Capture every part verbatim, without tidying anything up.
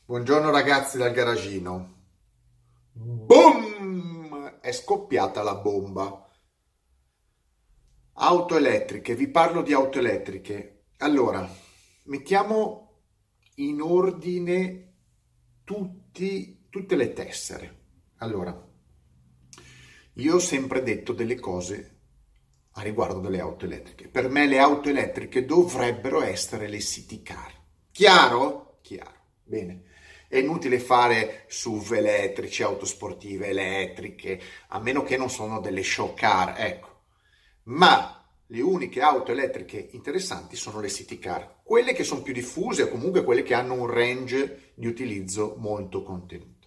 Buongiorno ragazzi dal garagino. Boom! È scoppiata la bomba. Auto elettriche, vi parlo di auto elettriche. Allora, mettiamo in ordine tutti, tutte le tessere. Allora, io ho sempre detto delle cose a riguardo delle auto elettriche. Per me le auto elettriche dovrebbero essere le city car. Chiaro? Chiaro. Bene. È inutile fare S U V elettrici, auto sportive elettriche, a meno che non sono delle show car, ecco. Ma le uniche auto elettriche interessanti sono le city car, quelle che sono più diffuse o comunque quelle che hanno un range di utilizzo molto contenuto.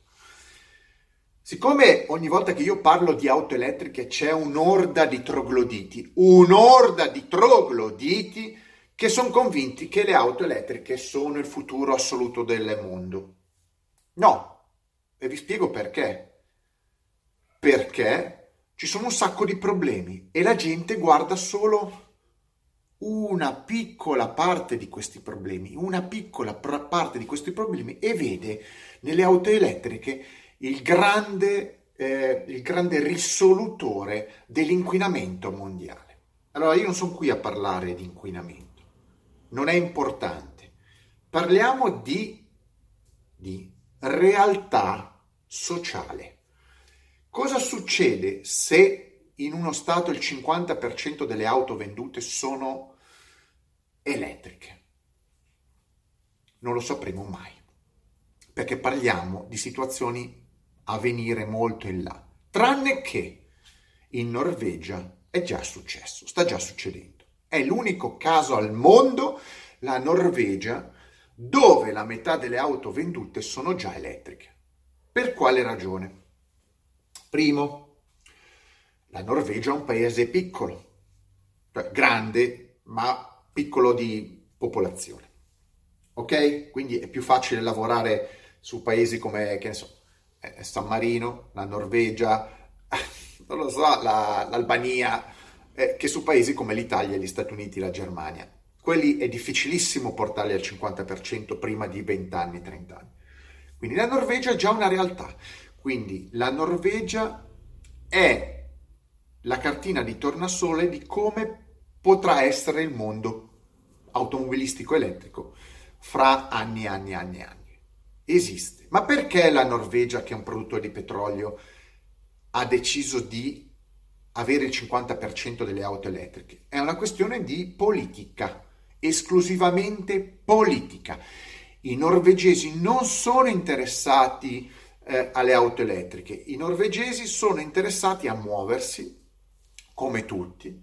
Siccome ogni volta che io parlo di auto elettriche c'è un'orda di trogloditi, un'orda di trogloditi che sono convinti che le auto elettriche sono il futuro assoluto del mondo. No, e vi spiego perché. Perché ci sono un sacco di problemi e la gente guarda solo una piccola parte di questi problemi, una piccola pr- parte di questi problemi e vede nelle auto elettriche il grande, eh, il grande risolutore dell'inquinamento mondiale. Allora io non sono qui a parlare di inquinamento, non è importante. Parliamo di, di realtà sociale. Cosa succede se in uno stato il cinquanta per cento delle auto vendute sono elettriche? Non lo sapremo mai, perché parliamo di situazioni a venire molto in là. Tranne che in Norvegia è già successo, sta già succedendo. È l'unico caso al mondo, la Norvegia, dove la metà delle auto vendute sono già elettriche. Per quale ragione? Primo, la Norvegia è un paese piccolo, cioè grande, ma piccolo di popolazione. Ok? Quindi è più facile lavorare su paesi come, che ne so, San Marino, la Norvegia, non lo so, la, l'Albania, eh, che su paesi come l'Italia, gli Stati Uniti, la Germania. Quelli è difficilissimo portarli al cinquanta per cento prima di venti anni, trenta anni. Quindi la Norvegia è già una realtà. Quindi la Norvegia è la cartina di tornasole di come potrà essere il mondo automobilistico elettrico fra anni e anni e anni e anni. Esiste. Ma perché la Norvegia, che è un produttore di petrolio, ha deciso di avere il cinquanta per cento delle auto elettriche? È una questione di politica, esclusivamente politica. I norvegesi non sono interessati eh, alle auto elettriche, i norvegesi sono interessati a muoversi come tutti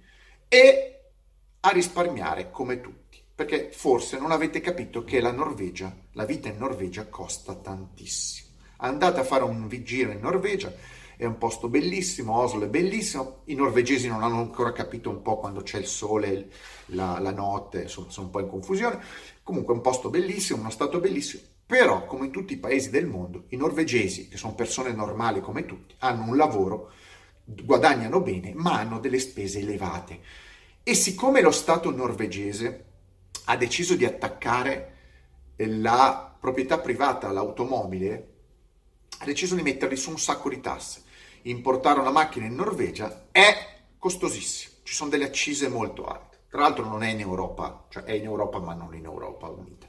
e a risparmiare come tutti, perché forse non avete capito che la Norvegia, la vita in Norvegia costa tantissimo. Andate a fare un giro in Norvegia, è un posto bellissimo, Oslo è bellissimo, i norvegesi non hanno ancora capito un po' quando c'è il sole, la, la notte, sono, sono un po' in confusione, comunque è un posto bellissimo, uno stato bellissimo, però come in tutti i paesi del mondo, i norvegesi, che sono persone normali come tutti, hanno un lavoro, guadagnano bene, ma hanno delle spese elevate. E siccome lo Stato norvegese ha deciso di attaccare la proprietà privata all'automobile, ha deciso di metterli su un sacco di tasse. Importare una macchina in Norvegia è costosissimo, ci sono delle accise molto alte. Tra l'altro non è in Europa, cioè è in Europa ma non in Europa unita.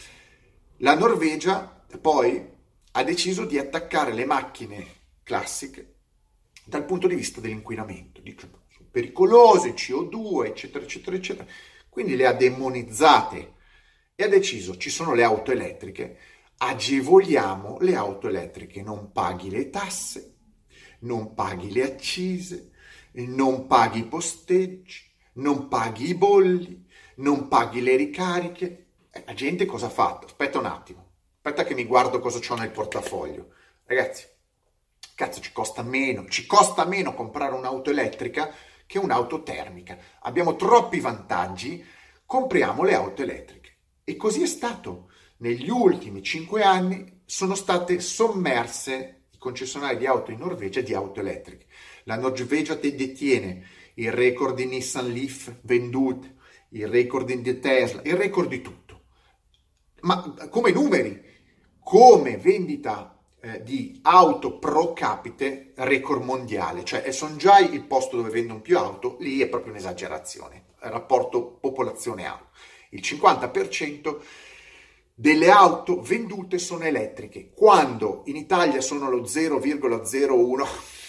La Norvegia poi ha deciso di attaccare le macchine classiche dal punto di vista dell'inquinamento. Dicono sono pericolose, C O due, eccetera, eccetera, eccetera. Quindi le ha demonizzate e ha deciso, ci sono le auto elettriche, agevoliamo le auto elettriche, non paghi le tasse, non paghi le accise, non paghi i posteggi, non paghi i bolli, non paghi le ricariche. Eh, la gente cosa ha fatto? Aspetta un attimo, aspetta che mi guardo cosa c'ho nel portafoglio. Ragazzi, cazzo, ci costa meno, ci costa meno comprare un'auto elettrica che un'auto termica. Abbiamo troppi vantaggi, compriamo le auto elettriche. E così è stato. Negli ultimi cinque anni sono state sommerse i concessionari di auto in Norvegia di auto elettriche. La Norvegia detiene il record di Nissan Leaf venduti, il record di Tesla, il record di tutto. Ma come numeri, come vendita eh, di auto pro capite record mondiale, cioè sono già il posto dove vendono più auto, lì è proprio un'esagerazione, il rapporto popolazione-auto. Il cinquanta per cento delle auto vendute sono elettriche, quando in Italia sono lo zero virgola zero uno.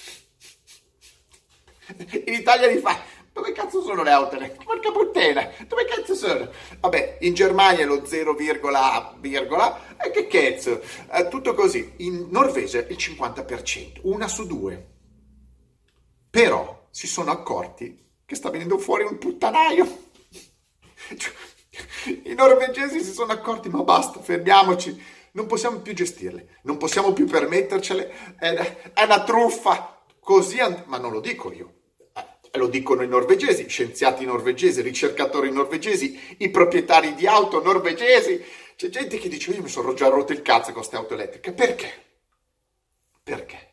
In Italia li fa, dove cazzo sono le auto elettriche? Porca puttana, dove cazzo sono? Vabbè, in Germania è lo zero, virgola, virgola, e che cazzo? Eh, tutto così. In Norvegia il cinquanta per cento, una su due. Però si sono accorti che sta venendo fuori un puttanaio. I norvegesi si sono accorti, ma basta, fermiamoci, non possiamo più gestirle, non possiamo più permettercele, è, è una truffa, così, and- ma non lo dico io, eh, lo dicono i norvegesi, scienziati norvegesi, ricercatori norvegesi, i proprietari di auto norvegesi, c'è gente che dice, io mi sono già rotto il cazzo con queste auto elettriche, perché? Perché?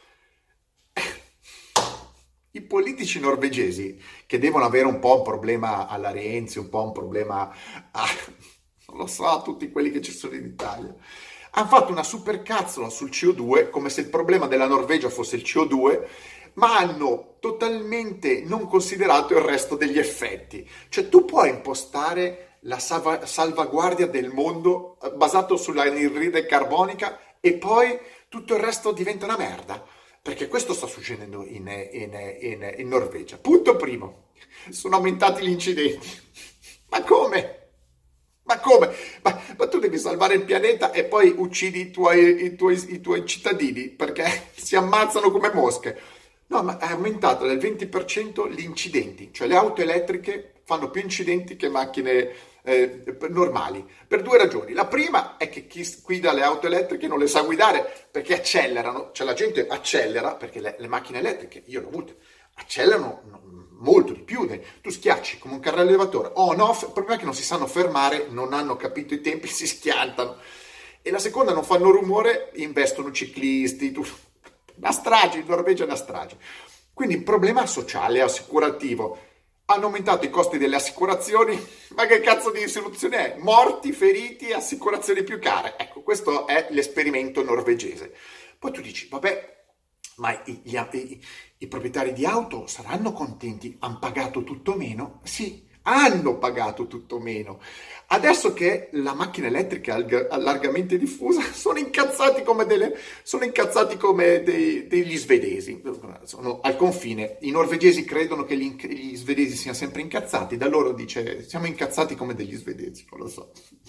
I politici norvegesi, che devono avere un po' un problema alla Renzi, un po' un problema a, non lo so, a tutti quelli che ci sono in Italia, hanno fatto una supercazzola sul C O due, come se il problema della Norvegia fosse il C O due, ma hanno totalmente non considerato il resto degli effetti. Cioè tu puoi impostare la salva- salvaguardia del mondo basato sull'anidride carbonica e poi tutto il resto diventa una merda. Perché questo sta succedendo in, in, in, in Norvegia. Punto primo, sono aumentati gli incidenti. Ma come? Ma come? Ma, ma tu devi salvare il pianeta e poi uccidi i tuoi, i, tuoi, i tuoi cittadini perché si ammazzano come mosche. No, ma è aumentato del venti per cento gli incidenti. Cioè le auto elettriche fanno più incidenti che macchine Eh, normali, per due ragioni. La prima è che chi guida le auto elettriche non le sa guidare perché accelerano, cioè la gente accelera perché le, le macchine elettriche, io l'ho avute, accelerano molto di più. Tu schiacci come un carro elevatore on off, il problema è che non si sanno fermare, non hanno capito i tempi, si schiantano. E la seconda, non fanno rumore, investono ciclisti, tu... una strage, in Norvegia è una strage. Quindi il problema sociale, assicurativo. Hanno aumentato i costi delle assicurazioni, ma che cazzo di soluzione è? Morti, feriti, assicurazioni più care. Ecco, questo è l'esperimento norvegese. Poi tu dici, vabbè, ma i, gli, i, i proprietari di auto saranno contenti? Hanno pagato tutto meno? Sì, hanno pagato tutto meno. Adesso che la macchina elettrica è largamente diffusa, sono incazzati come, delle, sono incazzati come dei, degli svedesi. Sono al confine. I norvegesi credono che gli, gli svedesi siano sempre incazzati, da loro dice siamo incazzati come degli svedesi, non lo so.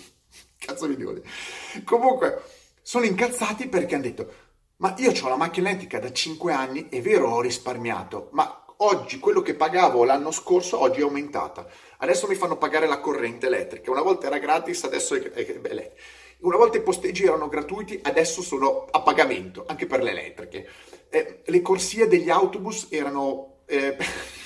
Cazzo di diavolo. Comunque, sono incazzati perché hanno detto ma io ho la macchina elettrica da cinque anni, è vero ho risparmiato, ma oggi quello che pagavo l'anno scorso oggi è aumentata. Adesso mi fanno pagare la corrente elettrica. Una volta era gratis, adesso è, è, è beh, una volta i posteggi erano gratuiti, adesso sono a pagamento, anche per le elettriche. Eh, le corsie degli autobus erano, eh,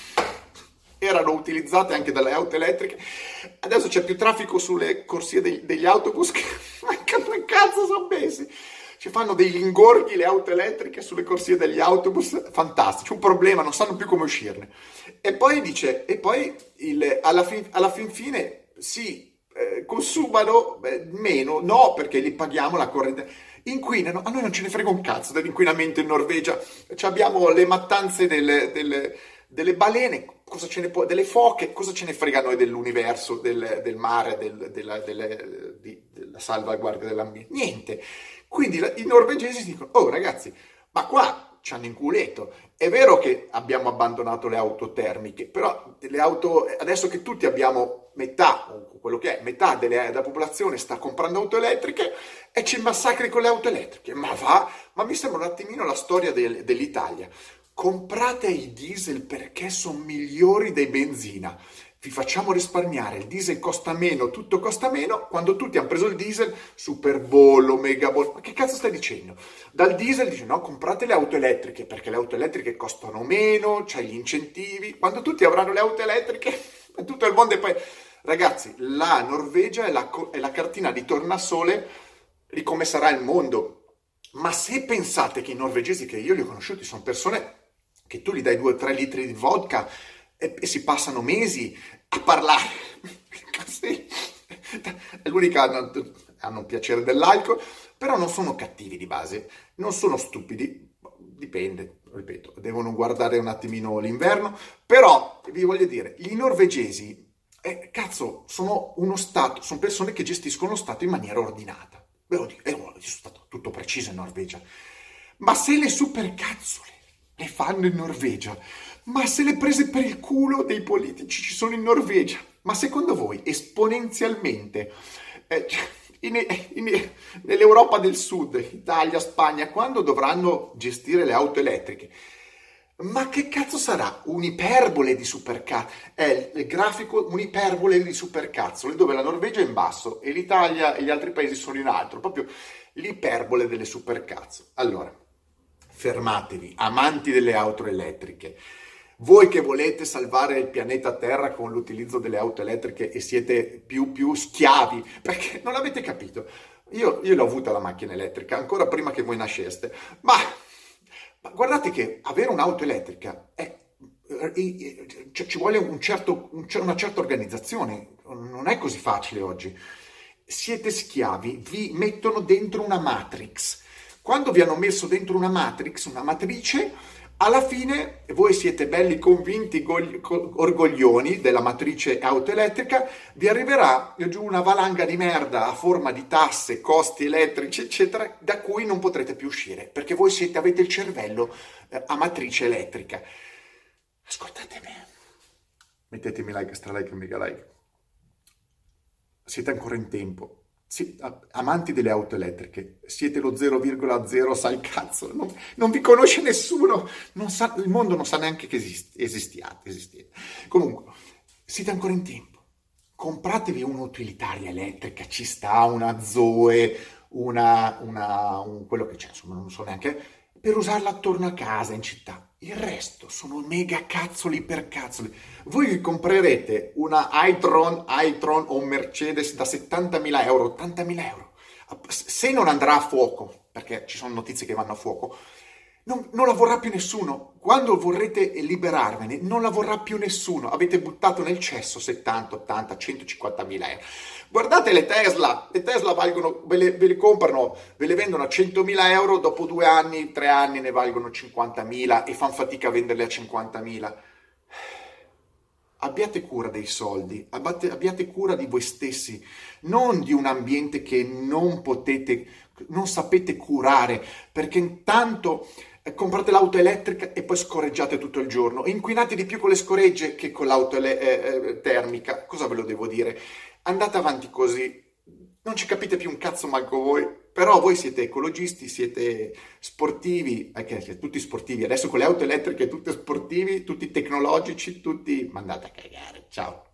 erano utilizzate anche dalle auto elettriche. Adesso c'è più traffico sulle corsie degli, degli autobus che che cazzo sono messi. Ci fanno degli ingorghi le auto elettriche sulle corsie degli autobus, fantastici, un problema, non sanno più come uscirne. E poi dice, e poi il, alla, fin, alla fin fine si eh, consumano eh, meno, no perché li paghiamo la corrente, inquinano, a noi non ce ne frega un cazzo dell'inquinamento in Norvegia, cioè, abbiamo le mattanze delle, delle, delle balene, cosa ce ne può, delle foche, cosa ce ne frega a noi dell'universo, del, del mare, del, della, delle, di, della salvaguardia dell'ambiente, niente. Quindi i norvegesi dicono, oh ragazzi, ma qua ci hanno inculeto. È vero che abbiamo abbandonato le auto termiche, però le auto, adesso che tutti abbiamo metà, quello che è, metà delle, della popolazione sta comprando auto elettriche e ci massacri con le auto elettriche. Ma va, ma mi sembra un attimino la storia del, dell'Italia. Comprate i diesel perché sono migliori dei benzina. Vi facciamo risparmiare, il diesel costa meno, tutto costa meno, quando tutti hanno preso il diesel, superbollo, megabollo, ma che cazzo stai dicendo? Dal diesel dice no, comprate le auto elettriche, perché le auto elettriche costano meno, c'hai gli incentivi, quando tutti avranno le auto elettriche, tutto il mondo e poi... Ragazzi, la Norvegia è la, è la cartina di tornasole di come sarà il mondo, ma se pensate che i norvegesi, che io li ho conosciuti, sono persone che tu gli dai due o tre litri di vodka, e, e si passano mesi a parlare. Sì. È l'unica, hanno un piacere dell'alcol, però non sono cattivi di base, non sono stupidi, dipende, ripeto, devono guardare un attimino l'inverno, però vi voglio dire, i norvegesi, eh, cazzo, sono uno Stato, sono persone che gestiscono lo Stato in maniera ordinata. Beh, oddio, eh, sono stato tutto preciso in Norvegia. Ma se le supercazzole le fanno in Norvegia, ma se le prese per il culo dei politici ci sono in Norvegia, ma secondo voi esponenzialmente eh, in, in, nell'Europa del Sud, Italia, Spagna, quando dovranno gestire le auto elettriche, ma che cazzo sarà? Un'iperbole di supercazzo. È il grafico un'iperbole di supercazzole, dove la Norvegia è in basso e l'Italia e gli altri paesi sono in alto. Proprio l'iperbole delle supercazzo. Allora, fermatevi, amanti delle auto elettriche. Voi che volete salvare il pianeta Terra con l'utilizzo delle auto elettriche e siete più, più schiavi, perché non avete capito. Io, io l'ho avuta la macchina elettrica, ancora prima che voi nasceste, ma... Ma guardate che avere un'auto elettrica è, cioè, ci vuole un certo, una certa organizzazione, non è così facile oggi. Siete schiavi, vi mettono dentro una matrix. Quando vi hanno messo dentro una matrix, una matrice, alla fine voi siete belli convinti, orgoglioni della matrice auto elettrica, vi arriverà giù una valanga di merda a forma di tasse, costi elettrici, eccetera, da cui non potrete più uscire, perché voi siete, avete il cervello eh, a matrice elettrica. Ascoltatemi, mettetemi like, stra like e mega like. Siete ancora in tempo. Sì, amanti delle auto elettriche, siete lo zero virgola zero sa il cazzo, non, non vi conosce nessuno, non sa, il mondo non sa neanche che esist, esistiate, esistete. Comunque, siete ancora in tempo, compratevi un'utilitaria elettrica, ci sta una Zoe, una, una, un, quello che c'è, insomma non so neanche, per usarla attorno a casa, in città. Il resto sono mega cazzoli, ipercazzoli. Voi vi comprerete una i-tron, i-tron o un Mercedes da settantamila euro, ottantamila euro. Se non andrà a fuoco, perché ci sono notizie che vanno a fuoco, non, non la vorrà più nessuno. Quando vorrete liberarvene, non la vorrà più nessuno. Avete buttato nel cesso settanta, ottanta, centocinquantamila euro. Guardate le Tesla, le Tesla valgono, ve le, ve le comprano, ve le vendono a centomila euro, dopo due anni, tre anni ne valgono cinquantamila e fan fatica a venderle a cinquantamila. Abbiate cura dei soldi, abbiate, abbiate cura di voi stessi, non di un ambiente che non potete, non sapete curare, perché intanto eh, comprate l'auto elettrica e poi scorreggiate tutto il giorno, inquinate di più con le scoregge che con l'auto ele- eh, termica. Cosa ve lo devo dire? Andate avanti così, non ci capite più un cazzo manco voi, però voi siete ecologisti, siete sportivi, anche siete tutti sportivi, adesso con le auto elettriche tutti sportivi, tutti tecnologici, tutti mandate a cagare, ciao.